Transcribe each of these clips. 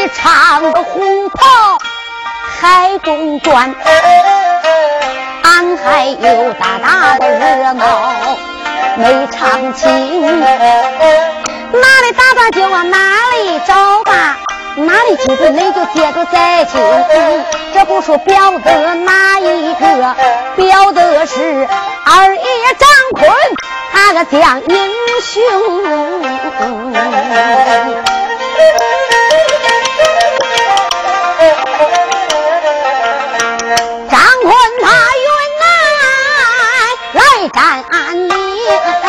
你唱个红袍海中转，俺还有大大的热闹没唱清，哪里打打就往哪里找吧，哪里记住你就接着再听。这不说标的哪一个，标的是二爷张坤他个将英雄。张坤他云南来战你，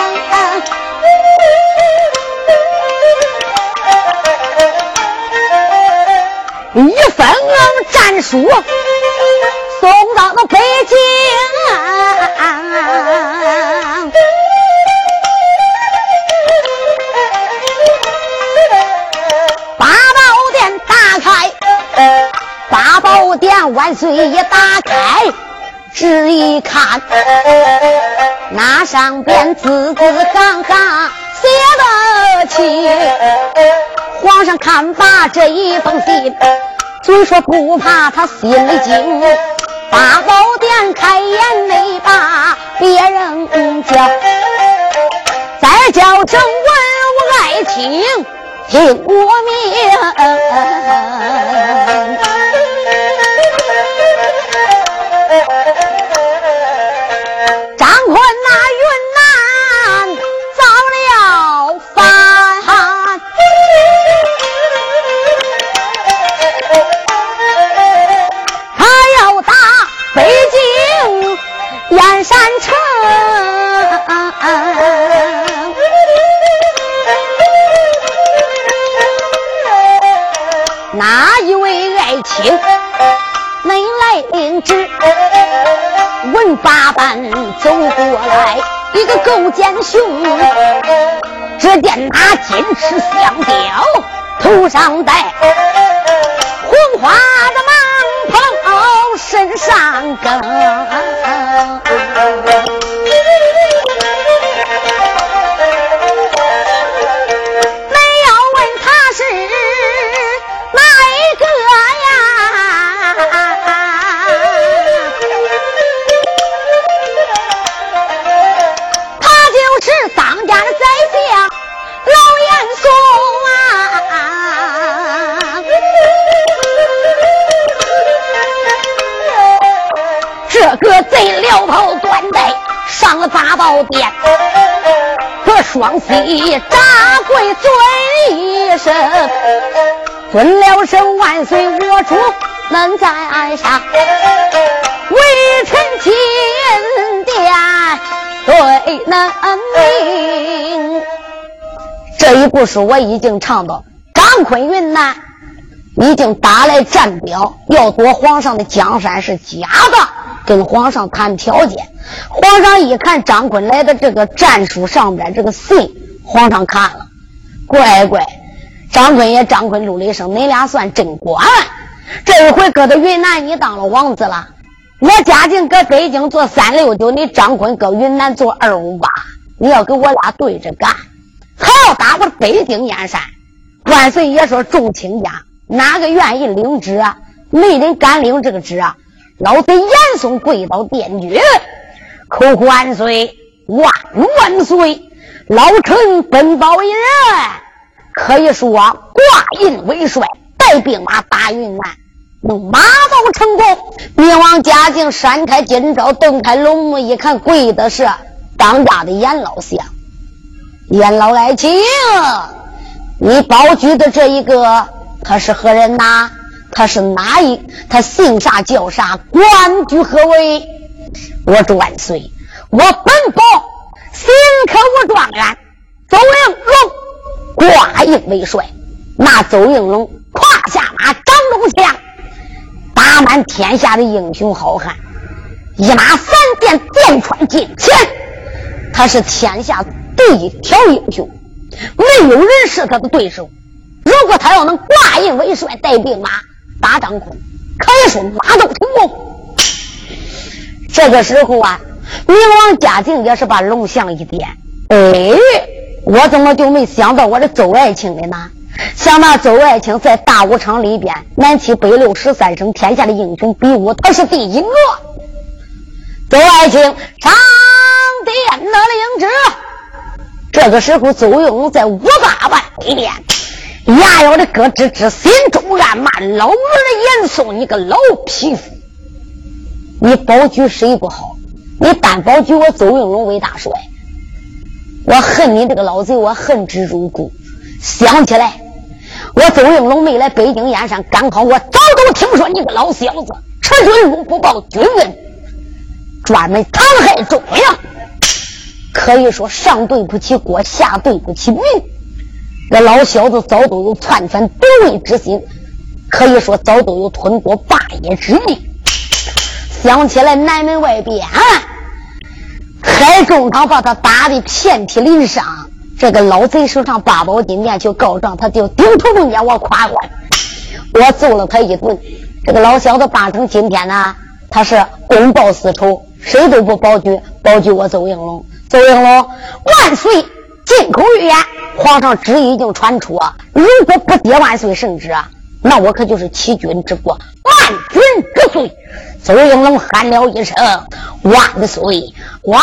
一份战书送到了北京，八宝殿打开，八宝殿万岁也打开，只一看那上边字字行行写得清，皇上看罢这一封信，虽说不怕他心里惊，八宝殿开言没把别人叫，再叫正文我爱听听我命。张坤那云南遭了反，他要打北京燕山城，哪一位爱卿能来领旨？文八班走过来一个勾践雄，只见他金翅相吊，头上戴红花的蟒袍，身上更个贼撩头断带上了八宝殿，可双膝扎跪尊一声，尊了声万岁我主能在上，微臣钦点对能明。这一故事我已经唱到张坤云南已经打来战表，要夺皇上的江山是假的，跟皇上谈条件。皇上一看张坤来的这个战书上边这个信，皇上看了，乖，张坤也张坤录了一声，你俩算真管，这一回搁到云南你当了王子了，我嘉靖搁北京做369，你张坤搁云南做258，你要跟我俩对着干，还要打我北京燕山。万岁爷说众卿家哪个愿意领旨啊？没人敢领这个旨啊！老贼严嵩跪倒殿举，口呼万岁，万岁！老臣本保一人，可以说挂印为帅，带兵马打云南，能马到成功。明王嘉靖闪开金爪，瞪开龙目，一看跪的是当家的严老相。严老爱卿，你保举的这一个他是何人呐？他是哪一？他姓啥叫啥？官居何为？我主万岁，我本保新科武状元邹应龙挂印为帅。那邹应龙胯下马，掌中枪，打满天下的英雄好汉，一马三电电穿金钱，他是天下第一条英雄，没有人是他的对手。如果他要能挂印为帅，带兵马打张坤，可以说马到成功。这个时候啊，明王嘉靖也是把龙象一点，我怎么就没想到我的邹爱卿的呢？ 想那周爱卿在大武场里边南七北六13省天下的英雄比武，他是第一个。周爱卿上殿的领旨。这个时候周应龙在58万里边牙咬的咯吱吱，心中暗骂：老儿的严嵩，你个老匹夫，你保举谁不好？你单保举我周应龙为大帅，我恨你这个老贼，我恨之入骨。想起来我周应龙没来北京燕山，刚好我早都听说你个老小子吃准禄不报军恩，专门残害中央，可以说上对不起国，下对不起民。这老小子早都有篡权夺位之心，可以说早都有吞国霸业之意。想起来南门外边海中堂把他打得遍体鳞伤，这个老贼手上八宝金链去告状，他就顶头中间我夸过，我揍了他一顿。这个老小子扮成今天呢，他是公报私仇，谁都不保举我周应龙。周应龙万岁，进口预言，皇上旨意已经传出啊，如果不接万岁圣旨啊，那我可就是欺君之过，万军之罪。周应龙喊了一声：万岁，万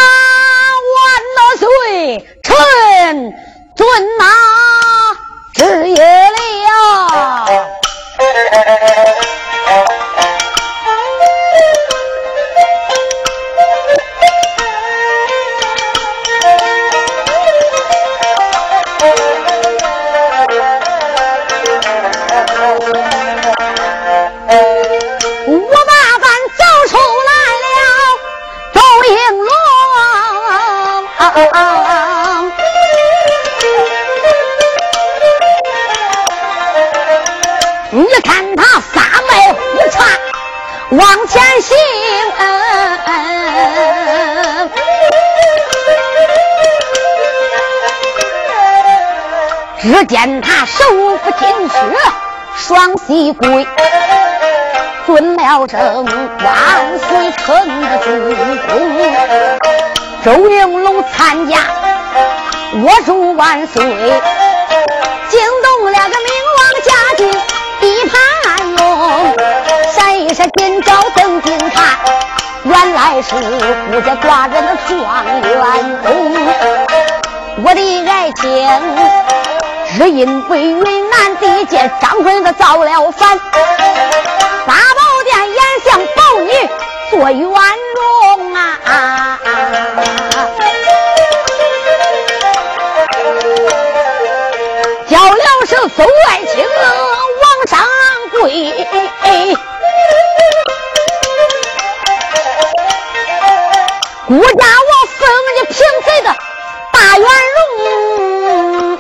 岁，臣遵拿旨意了。你看他撒麦胡叉往前行，只见他手扶金靴双膝跪，尊了声万岁臣的主公。周应龙参加我祝万岁，惊动了个明王家境地盘用，闪一闪今朝登京看，原来是顾家寡人的状元公。我的爱情只因为云南地界张坤的造了反，大宝殿严相保你做元荣啊，叫了声邹爱卿往上跪，顾家我封你平贼的大元荣，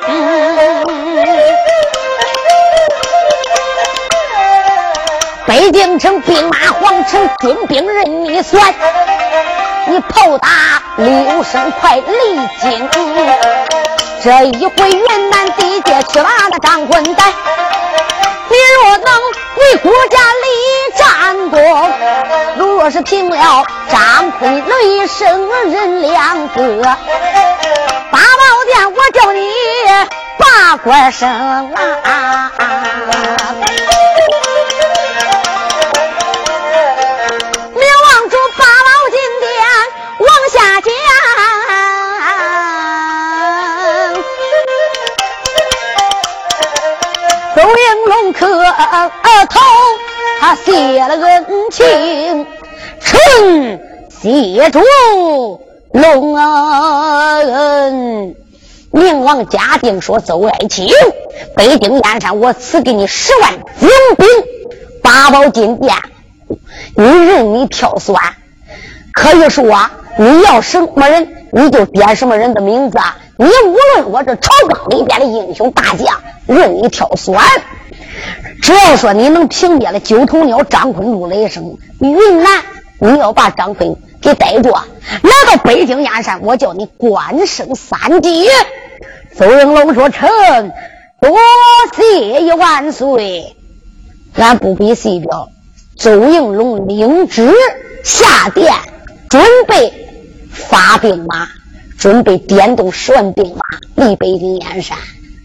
北京城兵马皇城军兵任你算，你炮打6声快离京，这一回云南地界去把那张坤带，你若能为国家立战功，如若是听了张坤雷声人两个，八宝殿我叫你八官声啊，明王主八宝金殿往下讲，周应龙磕头他谢了恩情，臣谢主龙恩。明王嘉定说：邹爱卿，北京燕山我赐给你10万精兵，八宝金殿你任你挑选，可以说你要什么人你就点什么人的名字啊，你无论我这朝纲里边的英雄大将任你挑选，只要说你能凭借了九头鸟张坤入雷声云南，你要把张坤给逮住，来到北京燕山，我叫你官升3级。邹应龙说：臣多谢万岁，俺不必细表。周应龙领旨下殿，准备发兵马，准备点动10万兵马离北京燕山。他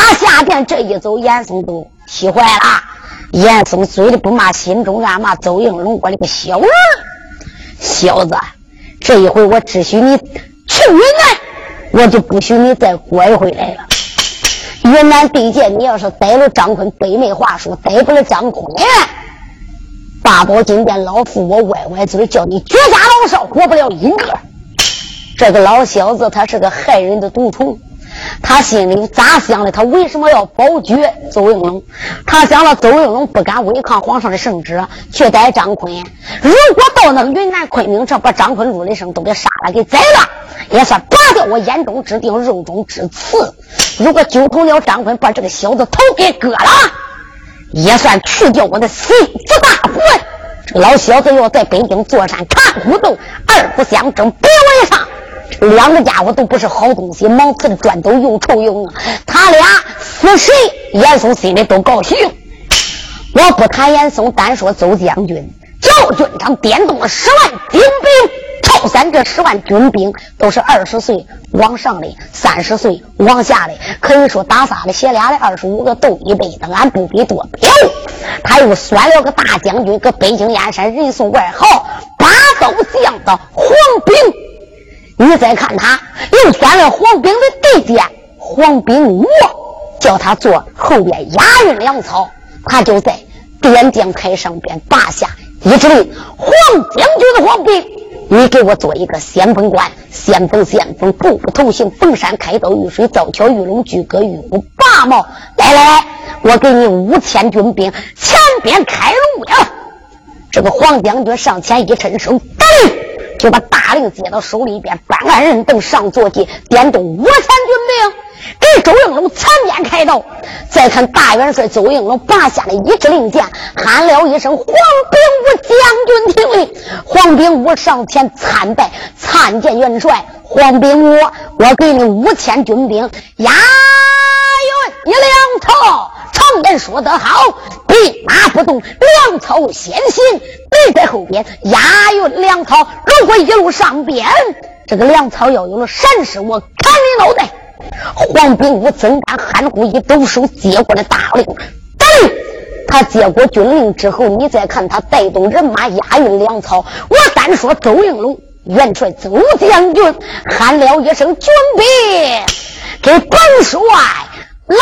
下边这一走，严嵩都气坏了。严嵩嘴里不骂，心中暗骂：邹应龙，我这个小人，小子，这一回我只许你去云南，我就不许你再拐回来了。云南地界，你要是逮了张坤，北媚话说逮不了张坤，八宝金殿老夫我歪歪嘴，叫你绝家老少活不了一个。这个老小子他是个害人的毒虫，他心里咋想的？他为什么要保绝邹应龙？他想了，邹应龙不敢违抗皇上的圣旨，去逮张坤。如果到那云南昆明城，把张坤、陆雷声都给杀了，给宰了，也算拔掉我眼中之钉，肉中之刺。如果揪头了张坤，把这个小子头给割了，也算去掉我的心腹大患。这个老小子要在北京坐山看虎斗，二不相争，别为上。两个家伙都不是好东西，毛刺的砖头又臭又硬，他俩死谁严嵩心里都高兴。我不谈严嵩，单说邹将军，赵军长点动了10万精兵，超三这10万军兵都是20岁往上的，30岁往下的，可以说打仨的写俩的25个斗一辈的，俺不比多彪。他又选了个大将军，搁北京燕山人送外号八刀将的黄炳。你再看他又选了黄炳的弟弟黄炳武，叫他做后边押运粮草。他就在点将台上边拔下一指令：黄将军的黄炳，你给我做一个先锋官，先锋步步头行，逢山开刀，遇水造桥，遇龙举戈，遇虎拔毛。来，我给你5000军兵，前边开路呀！这个黄将军上前一伸手，就把大令接到手里边，搬鞍人凳上坐骑，点动5000军兵，给周应龙前边开道。再看大元帅邹应龙拔下了一支令箭，喊了一声：黄炳武将军听令。黄炳武上前参拜，参见元帅。黄炳武，我给你5000军兵，押运一粮草。常言说得好，兵马不动，粮草先行。你在后边押运粮草，如果一路上边这个粮草要有了闪失，我砍你脑袋。黄炳武怎敢含糊，一抖手接过了大令。他接过军令之后，你再看他带动人马押运粮草。我单说邹应龙元帅邹将军喊了一声：军兵，给本帅拉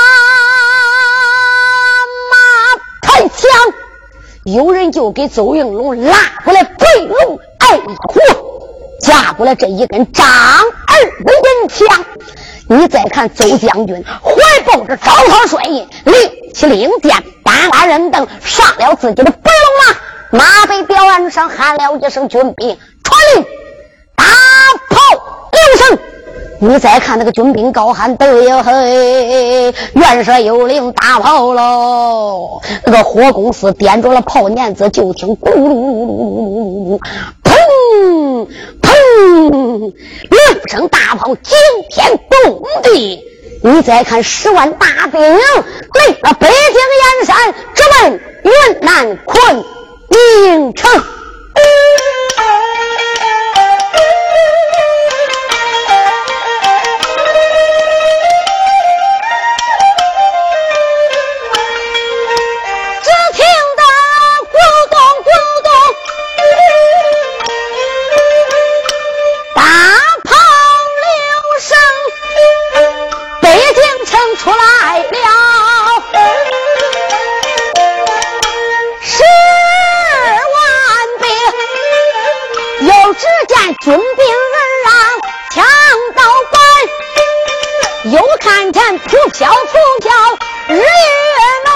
马抬枪。有人就给邹应龙拉过来背龙爱火，架过来这一根张二的银枪。你再看邹将军怀抱着招桃帅印，领起令箭，搬拉人凳，上了自己的白龙马背吊鞍上，喊了一声：军兵传令，大炮6声。你再看那个军兵高喊：对哟嘿，元帅有令，大炮喽！那个火公司点着了炮碾子，就听咕噜噜噜噜噜噜，砰砰，2声大炮惊天动地。你再看10万大兵来到北京燕山，直奔云南昆明城。出来了10万兵，又只见军兵人让抢刀关，又看见扑飘日月能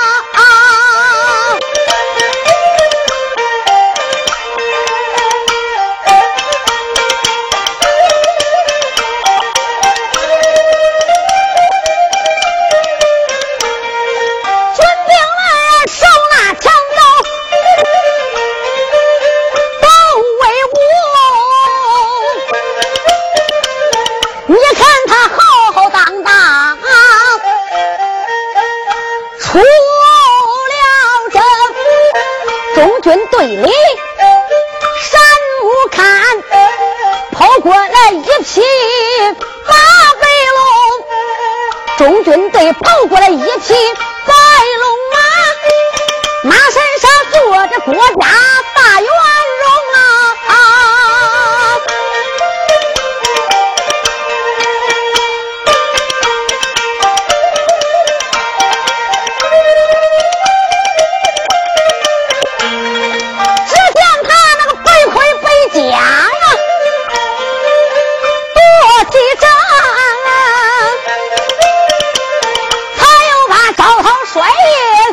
军队里山木看跑过来一匹马背龙， 中军队跑过来一匹白龙马，马身上坐着国家大元荣啊！只见他那个背盔背甲啊，多几丈。帅印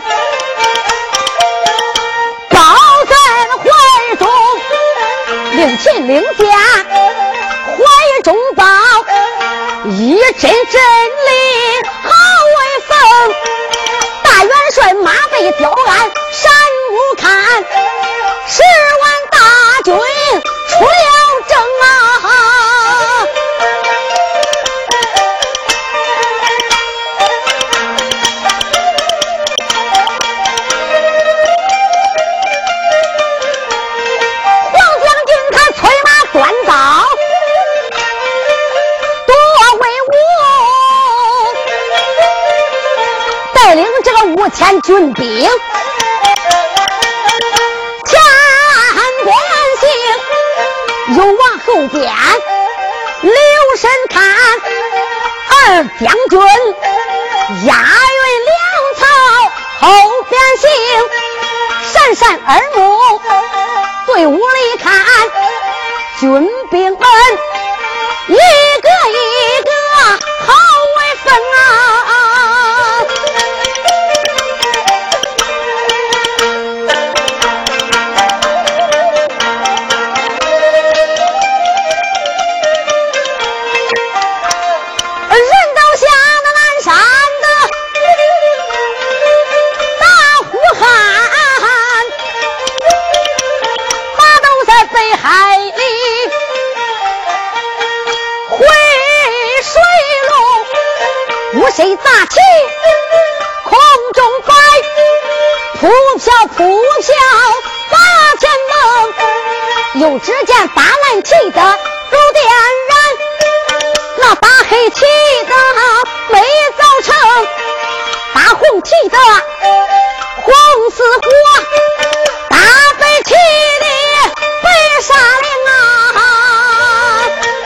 抱在了怀中，领琴领剑怀中抱，一阵阵里好威风。大元帅马背雕鞍山无看，10万大军出了征啊！端刀多威武，带领这个5000军兵前边行，又往后边留神看，二将军押运粮草后边行，闪闪耳目队伍里看，军兵们一个一个好威风啊！人都像那南山的大呼喊，马都在北海里回水路，无谁砸起空中摆，扑飘把前梦。又只见大蓝旗的如点燃，那大黑旗的没造成，大红旗的红似火，大白旗的白沙岭啊！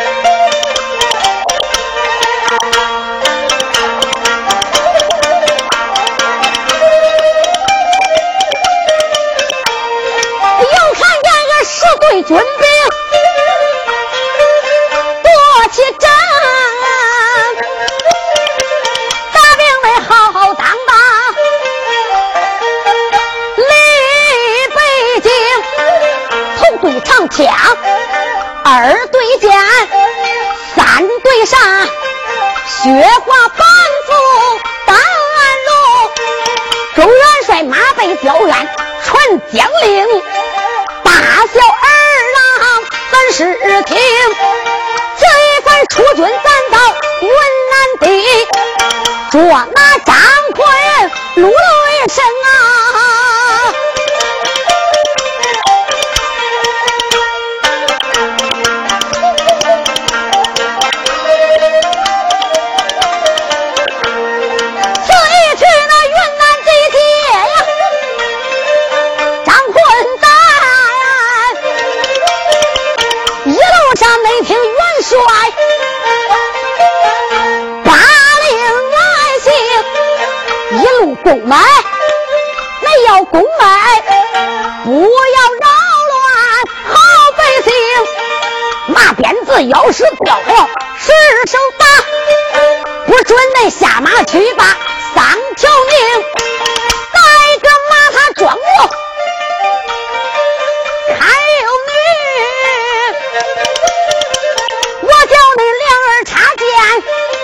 又看见个10队军兵多起阵，大兵们浩浩荡荡离北京，头对长枪，2对剑，3对扇，雪花板斧当安路。周元帅马背雕鞍传将令，大小二郎咱是听，这一番出军咱到云南地，捉拿张坤怒了一声啊！这一去那云南地界呀，张坤大一路上没听元帅把令来行，一路攻买，没要攻买，不要扰乱好百姓。马鞭子要是掉了失手打，不准恁下马去吧丧条命。带个马他装我还有你，我叫你两儿插剑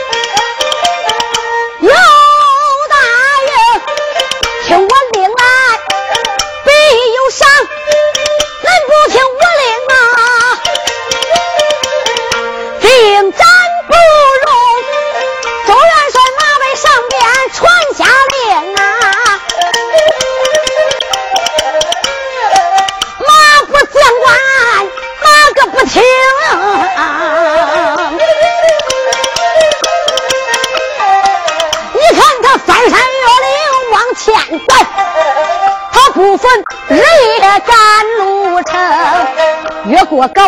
有大应，听我令来必有赏，恁不听我令啊，定战不容。周元帅马背上边传下令啊，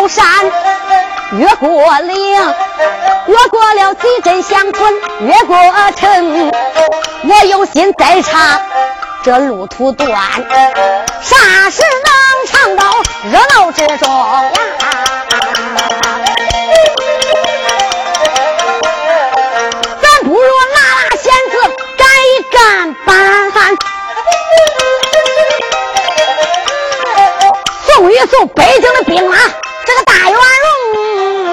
山，越过岭，越过了几镇乡村，越过城，我有心再唱这路途短，啥时能唱到热闹之中呀？咱不如拉弦子干一干板，送一送北京的兵马，这个大元荣，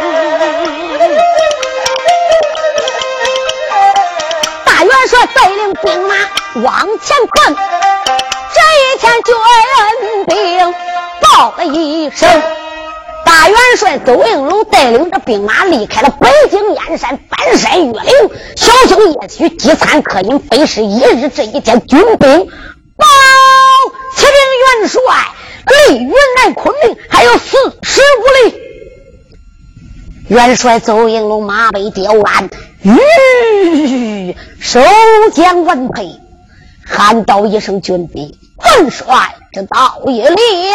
大元帅带领兵马往前奔。这一天军兵报了一声，大元帅邹应龙带领着兵马离开了北京燕山，翻山越岭，小熊夜曲，饥餐渴饮，非是一日。这一天军兵报启禀元帅，离云南昆明还有45里。元帅邹应龙马背雕鞍，手将稳配，喊道一声：军兵，元帅这到也了。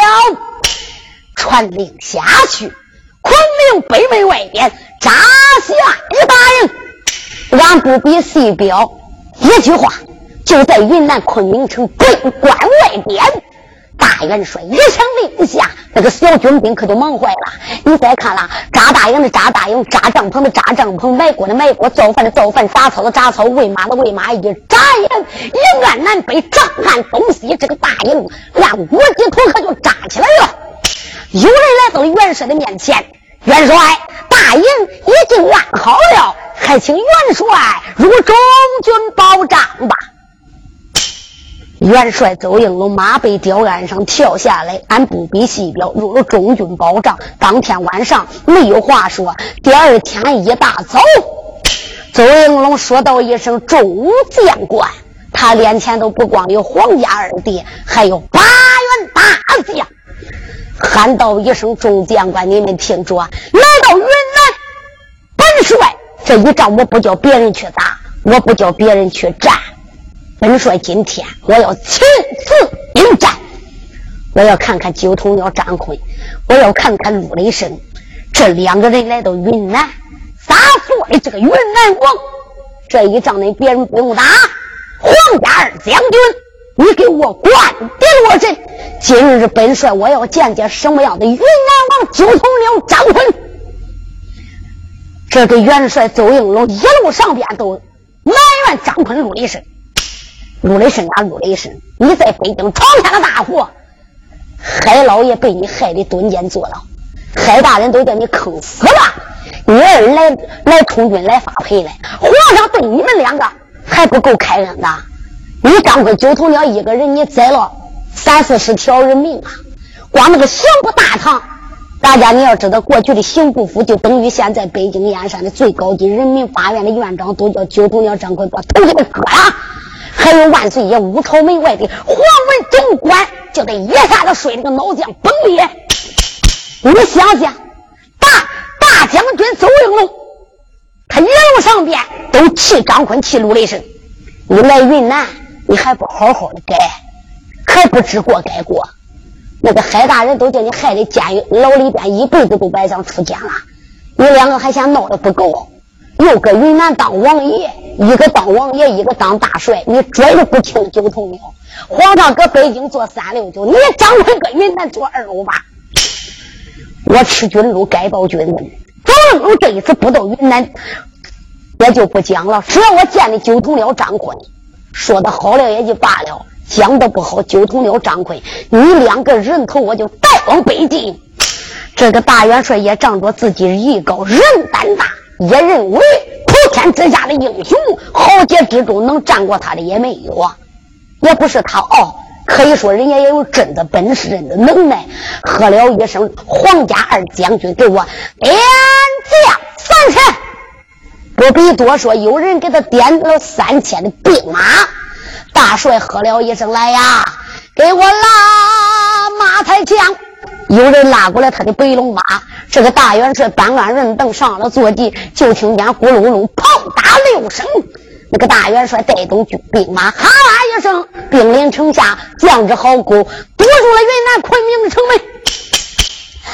传令下去，昆明北门外边扎下一大营，俺不必细表，一句话，就在云南昆明城北关外边。大元帅一声令下，那个小军兵可就忙坏了。你再看了，扎大营的扎大营，扎帐篷的扎帐篷，埋锅的埋锅，造饭的造饭，打草的打草，喂马的喂马，一眨眼，营岸南北，张岸东西，这个大营按国际图可就扎起来了。有人来到了元帅的面前，元帅，大营已经安好了，还请元帅如中军保障吧。元帅邹应龙马背吊鞍上跳下来，俺不必细表，入了中军保障。当天晚上没有话说，第二天一大早，邹应龙说道一声：众将官。他脸前都不光有皇家二弟，还有8员大将。喊道一声：众将官，你们听着，来到云南，本帅这一仗我不叫别人去打，我不叫别人去战，本帅今天我要亲自应战，我要看看九头鸟张坤，我要看看陆雷声，这2个人来到云南，撒错的这个云南王，这一仗呢别人不用打，皇家2将军，你给我管定我阵。今日本帅我要见见什么样的云南王九头鸟张坤。这个元帅邹应龙一路上边都埋怨张坤陆雷声，陆雷声啊陆雷声，你在北京闯下了大祸，海老爷被你害得蹲监坐牢，海大人都叫你坑死了，你儿来充军来发配来，皇上对你们2个还不够开恩的。你张坤九头鸟一个人你宰了30-40条人命啊！光那个刑部大堂，大家你要知道，过去的刑部府就等于现在北京燕山的最高级人民法院的院长，都叫九头鸟张坤把头给他割了。还有万岁爷五朝门外的黄文总管，就得一下子摔这个脑浆崩裂。你想想，大将军邹应龙，他一路上边都气张坤气陆雷声，你来云南你还不好好的改，还不知过改过，那个海大人都叫你害得监狱牢里边一辈子都白想出监了，你2个还嫌闹得不够，又搁云南当王爷，一个当王爷，一个当大帅，你拽着不清九头鸟。皇上搁北京做369，你张坤搁云南做258。我吃军禄改报军文，邹应龙这一次不到云南也就不讲了，只要我见了九头鸟张坤，说的好了也就罢了，讲的不好，九头鸟张坤你2个人头我就带往北京。这个大元帅也仗着自己艺高人胆大，也认为普天之下的英雄豪杰之中能战过他的也没有啊，也不是他可以说人家也有真的本事人的能耐。喝了一声皇家2将军，给我点将3000，不必多说，有人给他点了3000的兵马。大帅喝了一声，来呀，给我拉马抬枪。有人拉过来他的白龙马，这个大元帅搬鞍人凳上了坐骑，就听见咕噜噜炮打6声，那个大元帅带动军兵马哈啦一声，兵临城下，将之壕沟堵住了云南昆明城门。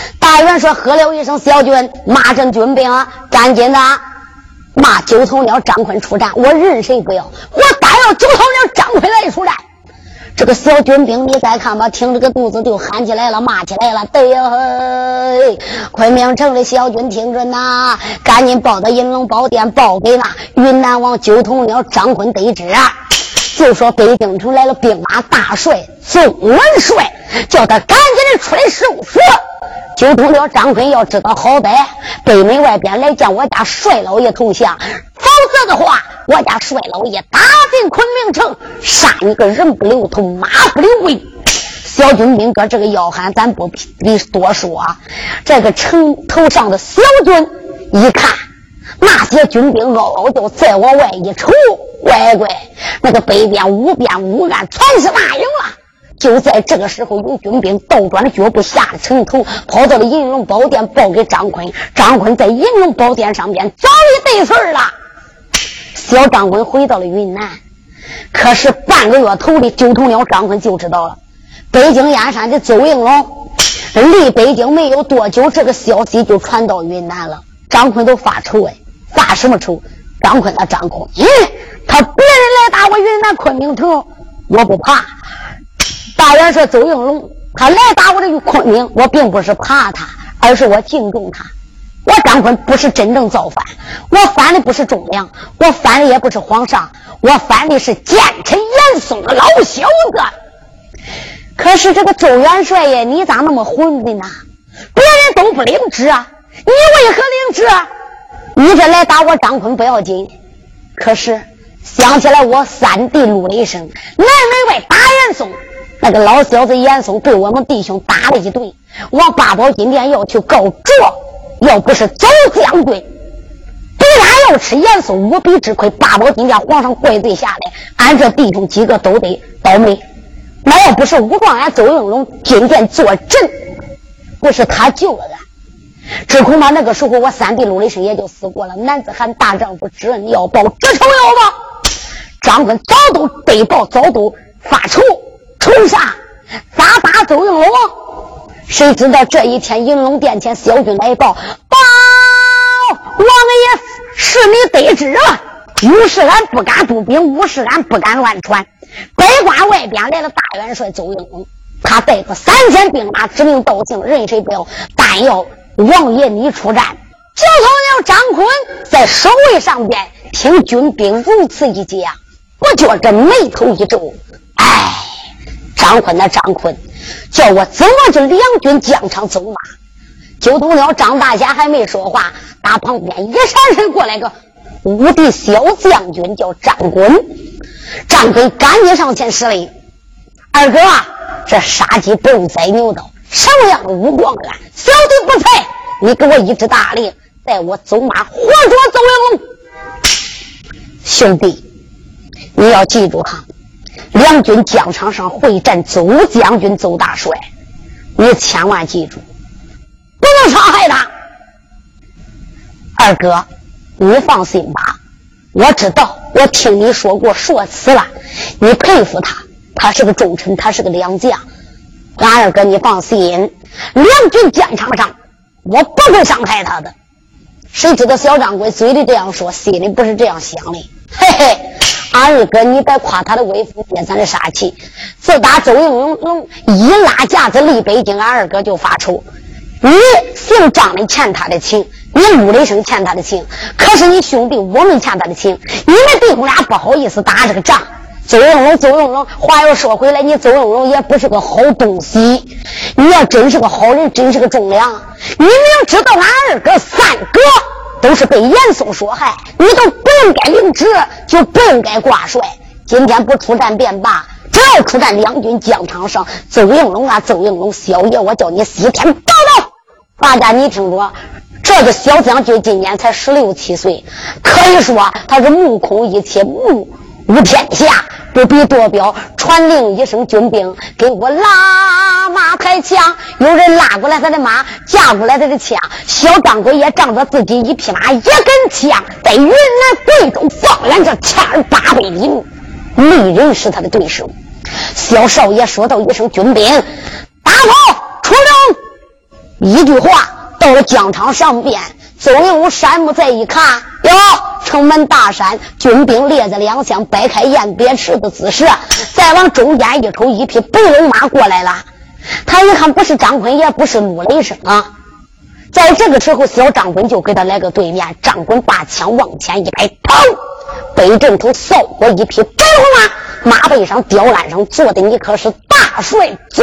大元帅喝了一声：“小军，骂阵军兵啊，赶紧的骂九头鸟张坤出战，我任谁不要，我但要九头鸟张坤来出战。”这个小军兵你再看吧，挺着个肚子就喊起来了，骂起来了。对呀，昆明城的小军听着呐，赶紧报到银龙宝殿，报给那云南王九头鸟张坤得知啊，就说北京城来了兵马大帅总元帅，叫他赶紧的出来受死。九头鸟张坤要知道好歹北门外边来见我家帅老爷投降，否则的话我家帅老爷打进昆明城，杀你个人不留头马不留尾。小军兵哥这个要喊咱不必多说啊，这个城头上的小军一看那些军兵嗷嗷叫，再往外一瞅，乖乖那个北边五边五岸全是大营了。就在这个时候，有军兵倒转了脚步下了城头，跑到了银龙宝殿报给张坤。张坤在银龙宝殿上边早已对事了。小张坤回到了云南，可是半个月头的九头鸟张坤就知道了，北京燕山的邹应龙离北京没有多久，这个消息就传到云南了。张坤都发愁哎，发什么愁？张坤他张坤，他别人来打我云南昆明城，我不怕。大元帅邹应龙他来打我这个昆明，我并不是怕他，而是我敬重他。我张坤不是真正造反，我反的不是忠良，我反的也不是皇上，我反的是奸臣严嵩的老小子。可是这个周元帅呀，你咋那么混的呢？别人都不领旨啊，你为何领旨啊？你这来打我张坤不要紧，可是想起来我三弟陆雷声南门外打严嵩，那个老小子严嵩对我们弟兄打了一顿，往八宝金殿要去告状，要不是邹将军必然要吃严嵩无比之亏，八宝金殿皇上怪罪下来，俺这弟兄几个都得倒霉。那要不是武状元邹应龙金殿坐镇，不是他救了俺，只恐怕那个时候我三弟陆雷声也就死过了。男子汉大丈夫，知恩要报，知仇要报。张坤早都被报，早都发愁，愁啥？咋打邹应龙？谁知道这一天银龙殿前小军来报，王爷是你得知啊！无事俺不敢步兵，无事俺不敢乱传。北关外边来了大元帅邹应龙，他带着3000兵马，指名道姓，任谁不要，但要王爷你出战。就从了张坤在守卫上边听军兵如此一讲，不觉着眉头一皱，哎，张坤叫我怎么就两军疆场走马？九头鸟张大侠还没说话，打旁边一闪身过来个武帝小将军叫张衮。张坤赶紧上前施礼：“二哥，这杀鸡不用宰牛刀，什么样的武光啊？小弟不才，你给我一支大令，带我走马活捉邹应龙。”兄弟，你要记住哈，两军疆场上会战邹将军邹大帅，你千万记住，不能伤害他。二哥，你放心吧，我知道，我听你说过说辞了，你佩服他，他是个忠臣，他是个良将。俺二哥你放心，两军疆场上我不会伤害他的。谁知道小掌柜嘴里这样说，心里不是这样想的。嘿嘿，俺二哥你别夸他的威风，别咱的杀气。自打邹应龙一拉架子离北京，俺二哥就发愁。你姓张的欠他的情，你陆雷声欠他的情，可是你兄弟我们欠他的情，你们弟兄俩不好意思打这个仗。邹应龙，话又说回来，你邹应龙也不是个好东西，你要真是个好人，真是个忠良，你明知道俺二哥三哥都是被严嵩所害，你都不应该领旨，就不应该挂帅。今天不出战便罢，只要出战两军疆场上，邹应龙小爷我叫你西天报道。大家你听着，这个小将军今年才16、17岁，可以说他是目空一切，目无天下，不必多表。传令一声，军兵给我拉马抬枪，有人拉过来他的马，架过来他的枪，小张鬼也仗着自己一匹马一根枪，在云南贵州放来这200倍里路，没人是他的对手。小少爷说道一声，军兵打跑出征。 一句话，到了疆场上边，邹应龙山木再一看，哟，城门大山，军兵列在两厢，摆开雁别池的姿势，再往中间一瞅，一匹白龙马过来了。他一看，不是张坤，也不是陆雷声啊。在这个时候，小张坤就给他来个对面，张坤把枪往前一摆，砰！北阵头扫过一匹白龙马，马背上吊鞍上坐的你可是大帅邹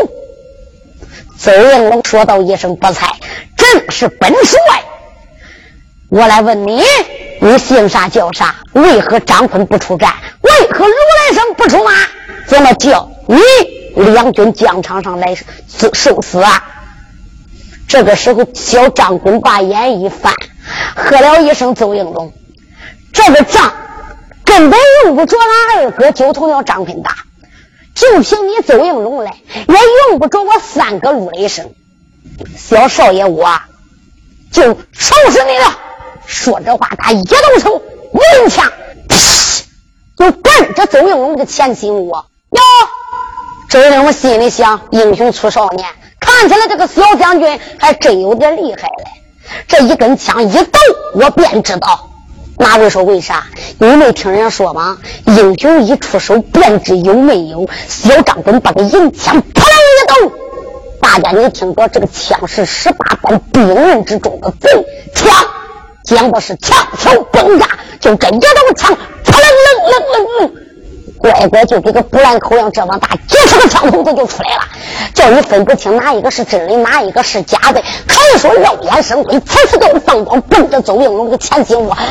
应龙说道一声：“不才，正是本帅。我来问你，你姓啥叫啥？为何张坤不出战？为何如来生不出马？怎么叫你两军疆场上来受死啊？”这个时候，小张坤把眼一翻，喝了一声：“邹应龙，这个仗根本用不着俺二哥九头鸟张坤打，就凭你邹应龙来，也用不着我三个陆雷声。小少爷，我就收拾你了。”说这话，他一动手，一枪，就奔着邹应龙的前心窝。哟，邹应龙心里想：英雄出少年，看起来这个小将军还真有点厉害嘞。这一根枪一抖，我便知道。哪位说为啥？你没听人家说吗？英雄一出手便知有没有。小张坤把个银枪扑棱一抖，大家你听着，这个枪是18般兵刃之中的贼枪，讲的是枪挑崩炸，就这一抖枪扑棱棱棱棱棱，乖乖就给个布兰口样这么大，90个枪筒子就出来了，叫你分不清哪一个是真的，哪一个是假的。可以说肉眼生辉，此次都放光，奔着邹应龙这个前心窝。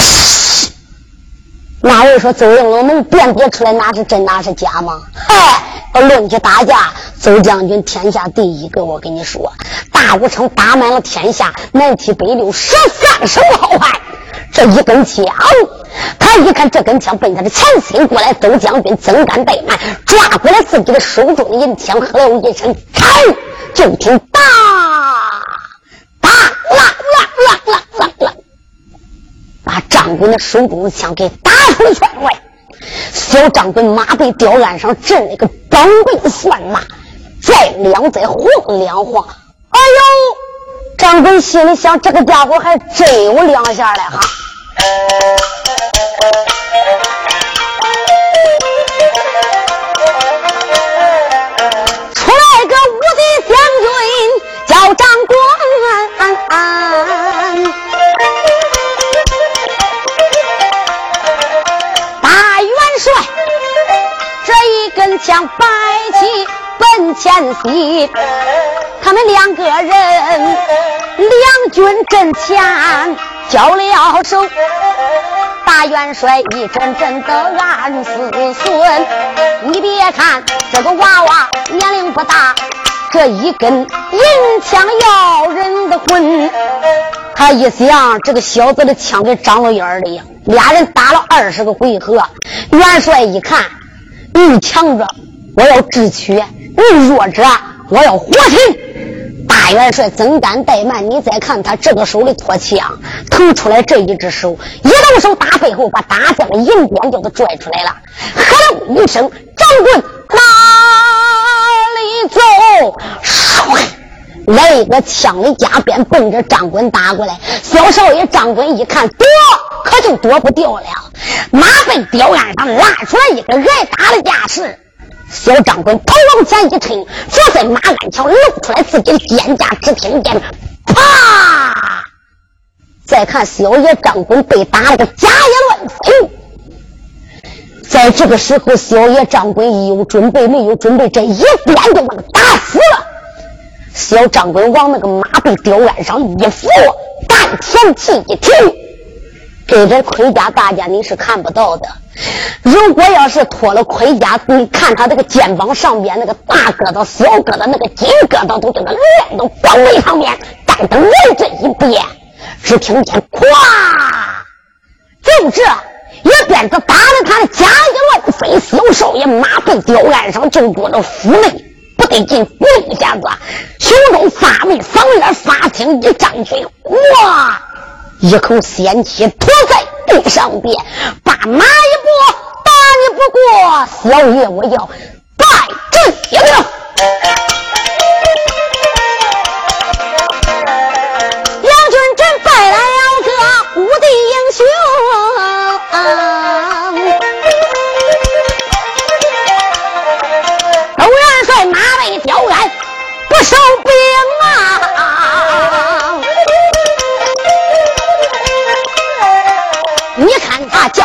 哪位说邹应龙能辨别出来哪是真哪是假吗？嗨，论起打架，邹将军天下第一个。我跟你说，大武城打满了天下，南七北六13省好汉。这一根枪，他一看这根枪奔他的前心过来，邹将军增肝怠慢，抓过来自己的手中的银枪，喝了一声开，就听哒哒啦啦啦啦啦，把张坤的手中的枪给打出了圈外。小张坤马背吊鞍上震了一个绑背算马，再两再晃两晃。哎呦，张坤心里想，这个家伙还真有两下来哈。出来个无敌将军叫张坤，大元帅这一根枪摆起奔前西，他们两个人两军阵前交了手，大元帅一阵阵的暗思忖。你别看这个娃娃年龄不大，这一根银枪要人的魂。他一想，这个小子的枪跟长了眼了一样，俩人打了20个回合。元帅一看，你强者我要智取，你弱者我要活擒。大元帅增肝怠慢，你再看他这个手里托枪，腾出来这一只手，一动手打背后，把大将的银鞭就给拽出来了。呵了一声，张棍哪里走？唰，来一个枪里夹鞭，奔着张棍打过来。小少爷张棍一看躲，可就躲不掉了，马背吊鞍上拉出来一个挨打的架势。小张棍头往前一抻，坐在马鞍桥露出来自己的肩胛，只听见啪！再看小爷张棍被打了个假也乱飞。在这个时候，小爷张棍有准备没有准备，这一鞭就把他打死了。小张棍往那个马背吊鞍上一扶，丹田气一停，给这盔甲大家你是看不到的。如果要是脱了盔甲，你看他这个肩膀上边那个大疙瘩小疙瘩那个金疙瘩都给他连到膀尾上面，但等来这一鞭，只听见咵，就这一鞭子打了他的假一乱飞，小少爷马背吊鞍上就觉得腹内不得劲，一下子胸中发闷，嗓眼发青，一张嘴，哇，一口仙气吐在地上边，把马一拨，打你不过，小爷我要败阵也不用。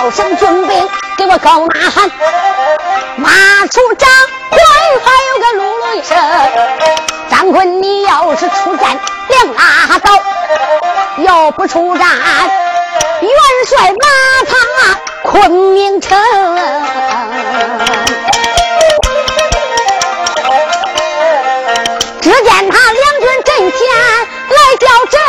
叫声军兵给我高呐喊，马出张坤还有个噜噜一声，张坤你要是出战两拉倒，要不出战元帅马踏昆明城。只见他两军阵前来叫阵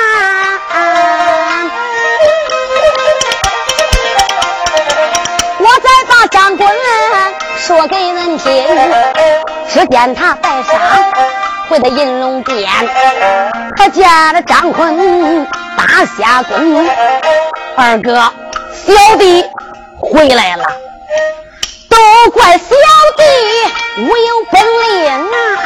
我再把张棍说给人听。只见他带上回到银龙殿，他见了张坤打下弓，二哥小弟回来了，都怪小弟无有本领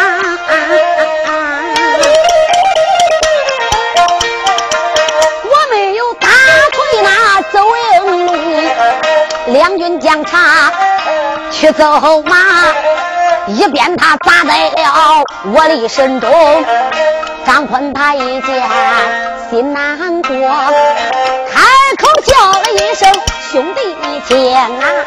我没有打退那走营路，两军将差去走马，一边他砸在了我的身中。张坤他一见心难过，开口叫了一声兄弟见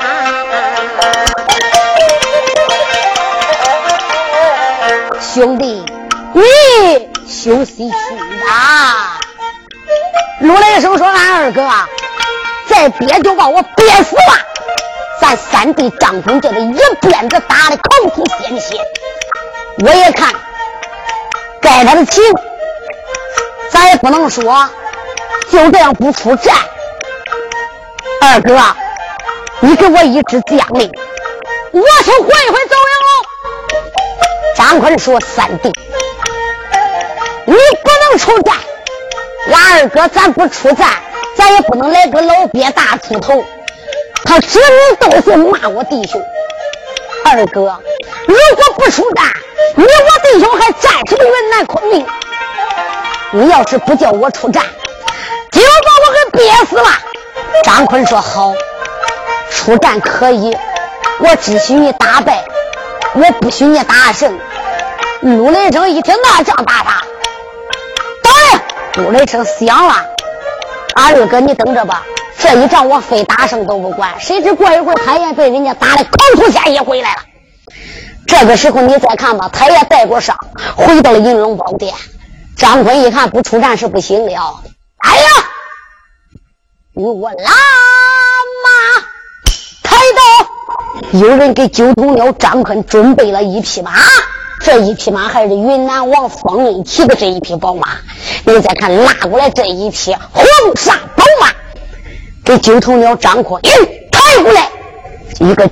兄弟你休息去吧。陆雷声说俺二哥再憋就把我憋死了。咱三弟张坤这里一鞭子打的口吐鲜血，我也看该他的情，咱也不能说就这样不出战。二哥你给我一支将领，我去会会走营。张坤说三弟你不能出战，俺二哥咱不出战，咱也不能来个老鳖大出头，他指名道姓骂我弟兄。二哥如果不出战，你我弟兄还战什么云南昆明？你要是不叫我出战，就把我给憋死了。张坤说好，出战可以，我只许你打败，我不许你打胜。陆雷声一听那仗打他，当然陆雷声响了，二哥你等着吧，这一仗我非打胜都不管。谁知过一会儿他也被人家打的口吐鲜血回来了。这个时候你再看吧，他也带过伤回到了银龙宝殿。张坤一看不出战是不行了，哎呀你我拉马抬刀，有人给九头鸟张坤准备了一匹马，这一匹马还是云南王方印骑的这一匹宝马。你再看拉过来这一匹黄沙宝马，给九头鸟张坤抬过来一个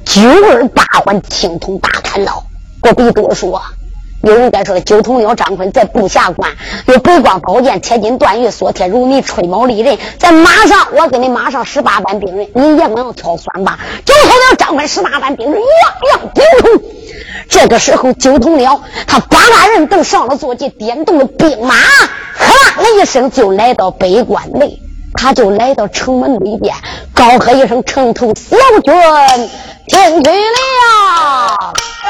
92环青铜大砍刀。不必多说，有人该说的九头鸟张坤在部下关有北光宝剑铁金断玉锁铁如泥吹毛利刃，在马上我给你马上18班兵刃，你也不能挑酸吧。九头鸟张坤18班兵刃样样精通。这个时候九头鸟他把那人等上了坐骑，点动了兵马，呵啦了一声就来到北关内，他就来到城门里边，高喝一声城头小军进去了。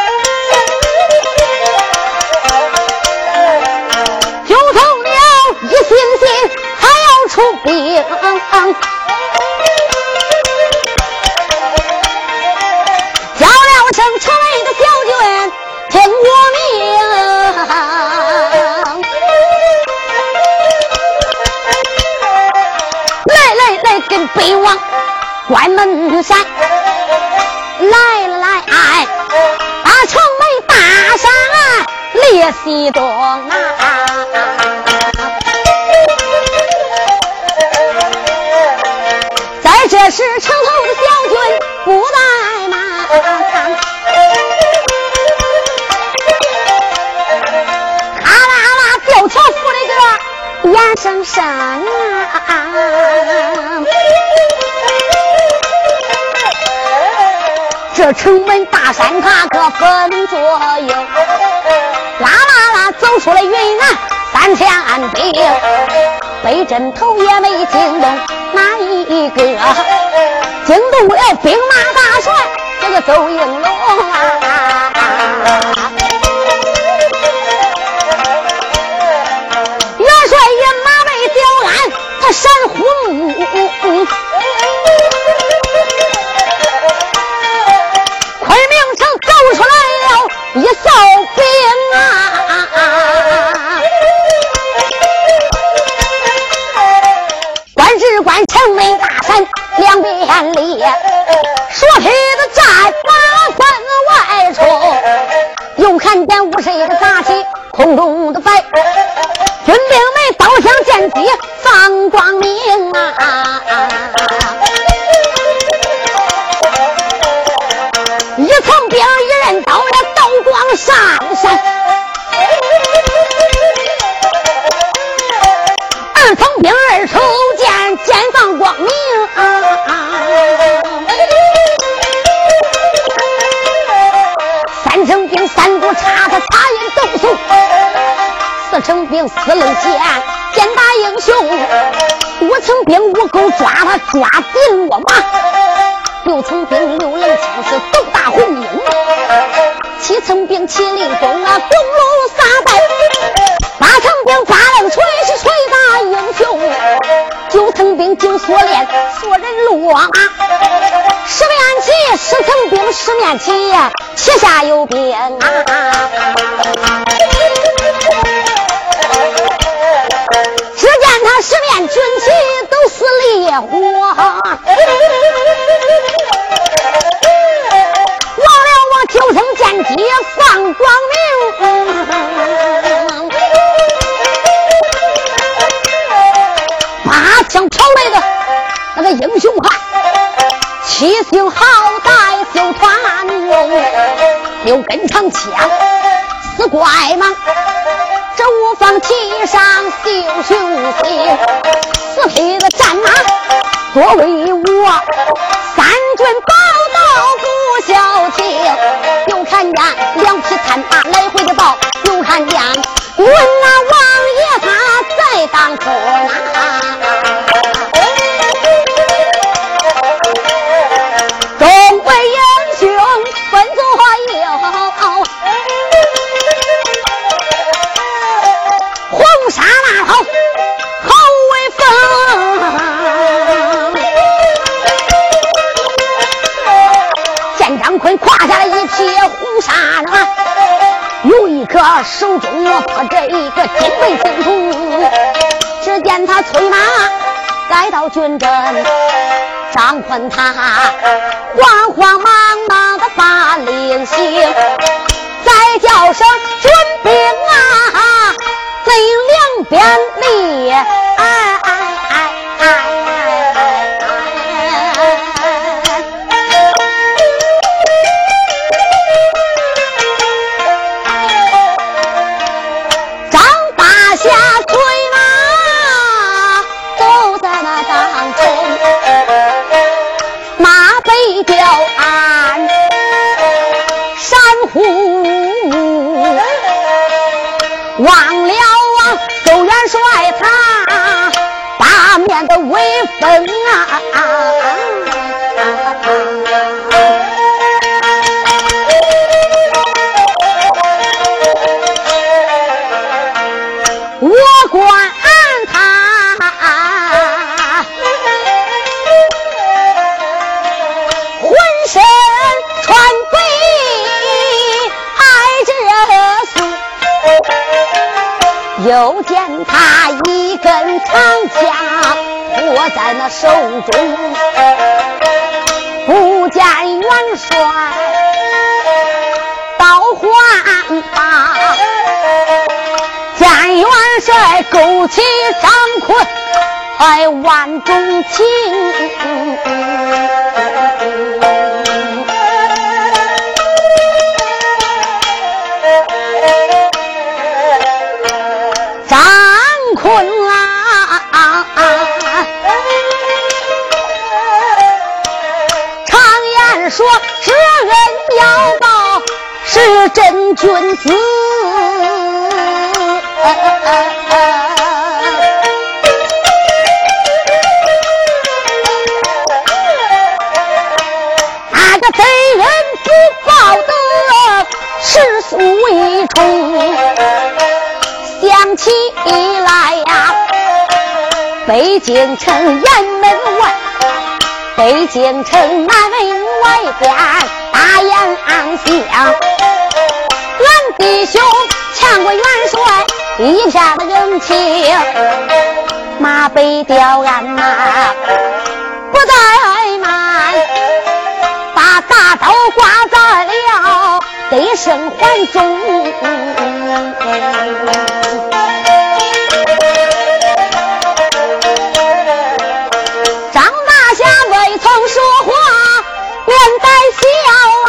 九头鸟一心心还要出兵，叫了声城内的小军听我命，来跟北王关门山来了来，把城门大山列西东在这时城头的小军不怠慢，哈啦啦吊桥扶了个眼生山这城门大山塔可分左右，啦啦啦走出了云南3000兵，北镇头也没惊动哪一个，惊动了兵马大帅这个邹应龙元帅人马被调安他山虎一扫兵官职官城内大山两边里，说皮的战马分外冲，又看见无谁的杂起空中的飞，军兵们刀枪剑戟放光明一层兵一人刀呀刀光闪闪，二层兵二抽剑剑放光明三层兵三股叉他插云斗速，四层兵四棱剑剑打英雄，五层兵五钩抓他抓定我马，六层兵六棱枪是斗大红缨，七层兵麒麟弓公路撒带，八层兵八棱锤是锤打英雄，九层兵九锁链锁人落马，十面旗十层兵十面旗旗下有兵只见他十面军旗都似烈火，往九层剑戟放光明八枪朝来的那个英雄汉，七星好歹绣团龙，六根长枪四怪蟒，这五方旗上绣雄心，四匹的战马多为我，三军报道不消停，又看见两匹探马来回的报，又看见问王爷他在当空中为英雄分左右，红纱那头后为风，见张坤胯下了一匹红纱马，有一个手中握着一个金背青铜，只见他催马来到军阵，张坤他慌慌忙忙的把令行，再叫声军兵贼两边立张大侠催马走在那当中，马背吊鞍山虎忘了周元帅他八面的威风我管他浑身穿背挨着死，又见他一根长枪握在那手中，不见元帅刀换把，见元帅勾起张坤还万众情，张坤常言说知恩要报是真君子，那个贼人不报的世俗一重，想起来呀，北京城辕门外，北京城南门外边大雁暗巷， 弟兄抢过元帅一片的人情，马被吊鞍呐不怠慢，把大刀挂在了得胜环中。张大侠未曾说话面带笑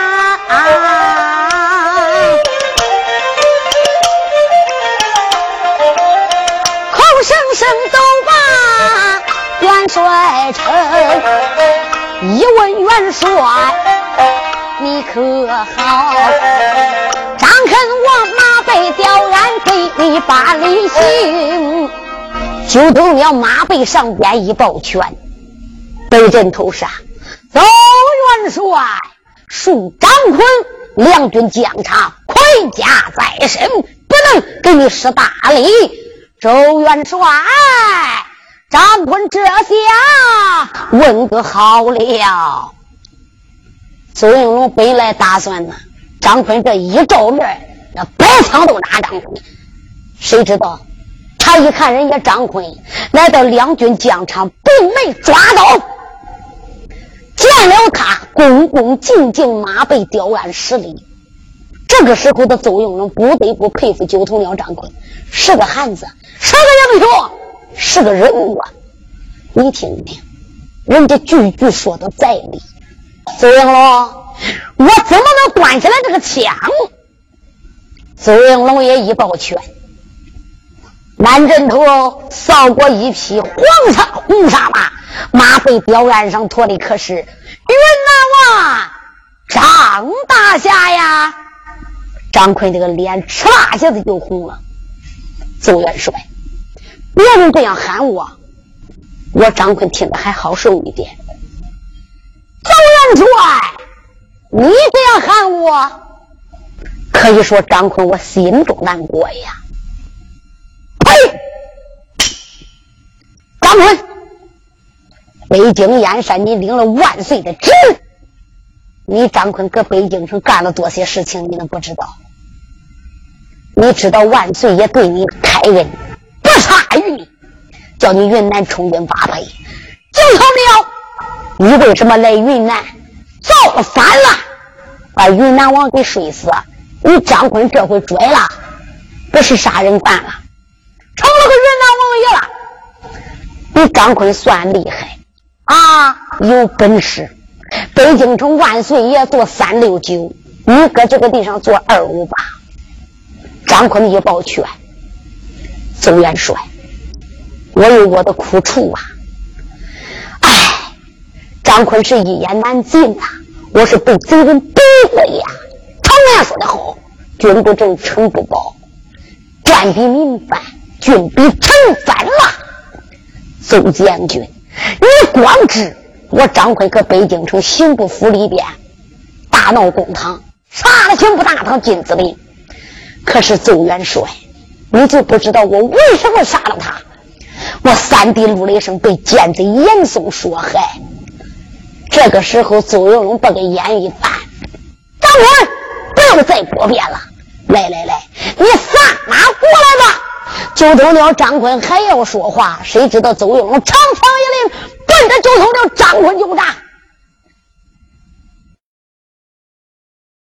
口声声都把元帅称，一问元帅你可好？张肯我马背吊鞍给你把礼行，就都要马背上边一抱拳，北镇头上走元帅恕张坤两军将场盔甲在身，不能给你施大礼。周元帅张坤这下问个好了。周应龙本来打算呢，张坤这一照面那白枪都拿张坤，谁知道他一看人家张坤来到两军将场并没抓到，见了他恭恭敬敬马背吊鞍施礼。这个时候的周应龙不得不佩服九头鸟张坤，是个汉子，是个英雄，是个人物啊！你听听人家句句说的在理。周应龙，我怎么能端起来这个枪？周应龙也一抱拳，满阵头扫过一匹红纱马，马背吊鞍上驮的可是云南王张大侠呀！张坤这个脸哧啦一下子就红了。周元帅，别人这样喊我张坤听得还好受一点。周元帅，你这样喊我，可以说张坤我心中难过呀。呸！张坤，北京燕山你领了万岁的旨，你张坤搁北京城干了多些事情，你能不知道？你知道万岁也对你开恩不差于你，叫你云南充军发配。九头鸟，你为什么来云南造反了，把云南王给睡死？你张坤这回追了，不是杀人犯了，成了个云南王爷了。你张坤算厉害啊，有本事。北京城万岁爷做369，你搁这个地上做258。张坤一抱拳，周元帅，我有我的苦处啊。哎，张坤是一言难尽啊，我是被贼人逼的呀。常言说得好，君不正臣不保，官比民反，君比臣反了。周将军，你光知我张坤搁北京城刑部府里边大闹公堂，杀了刑部大堂金子林。可是周元帅，你就不知道我为什么杀了他？我三弟陆雷声被奸贼严嵩所害。这个时候周应龙把个眼一翻，张坤不要再多辩了，来，你撒马过来吧。九头鸟张坤还要说话，谁知道周应龙长枪一领，奔着九头鸟张坤就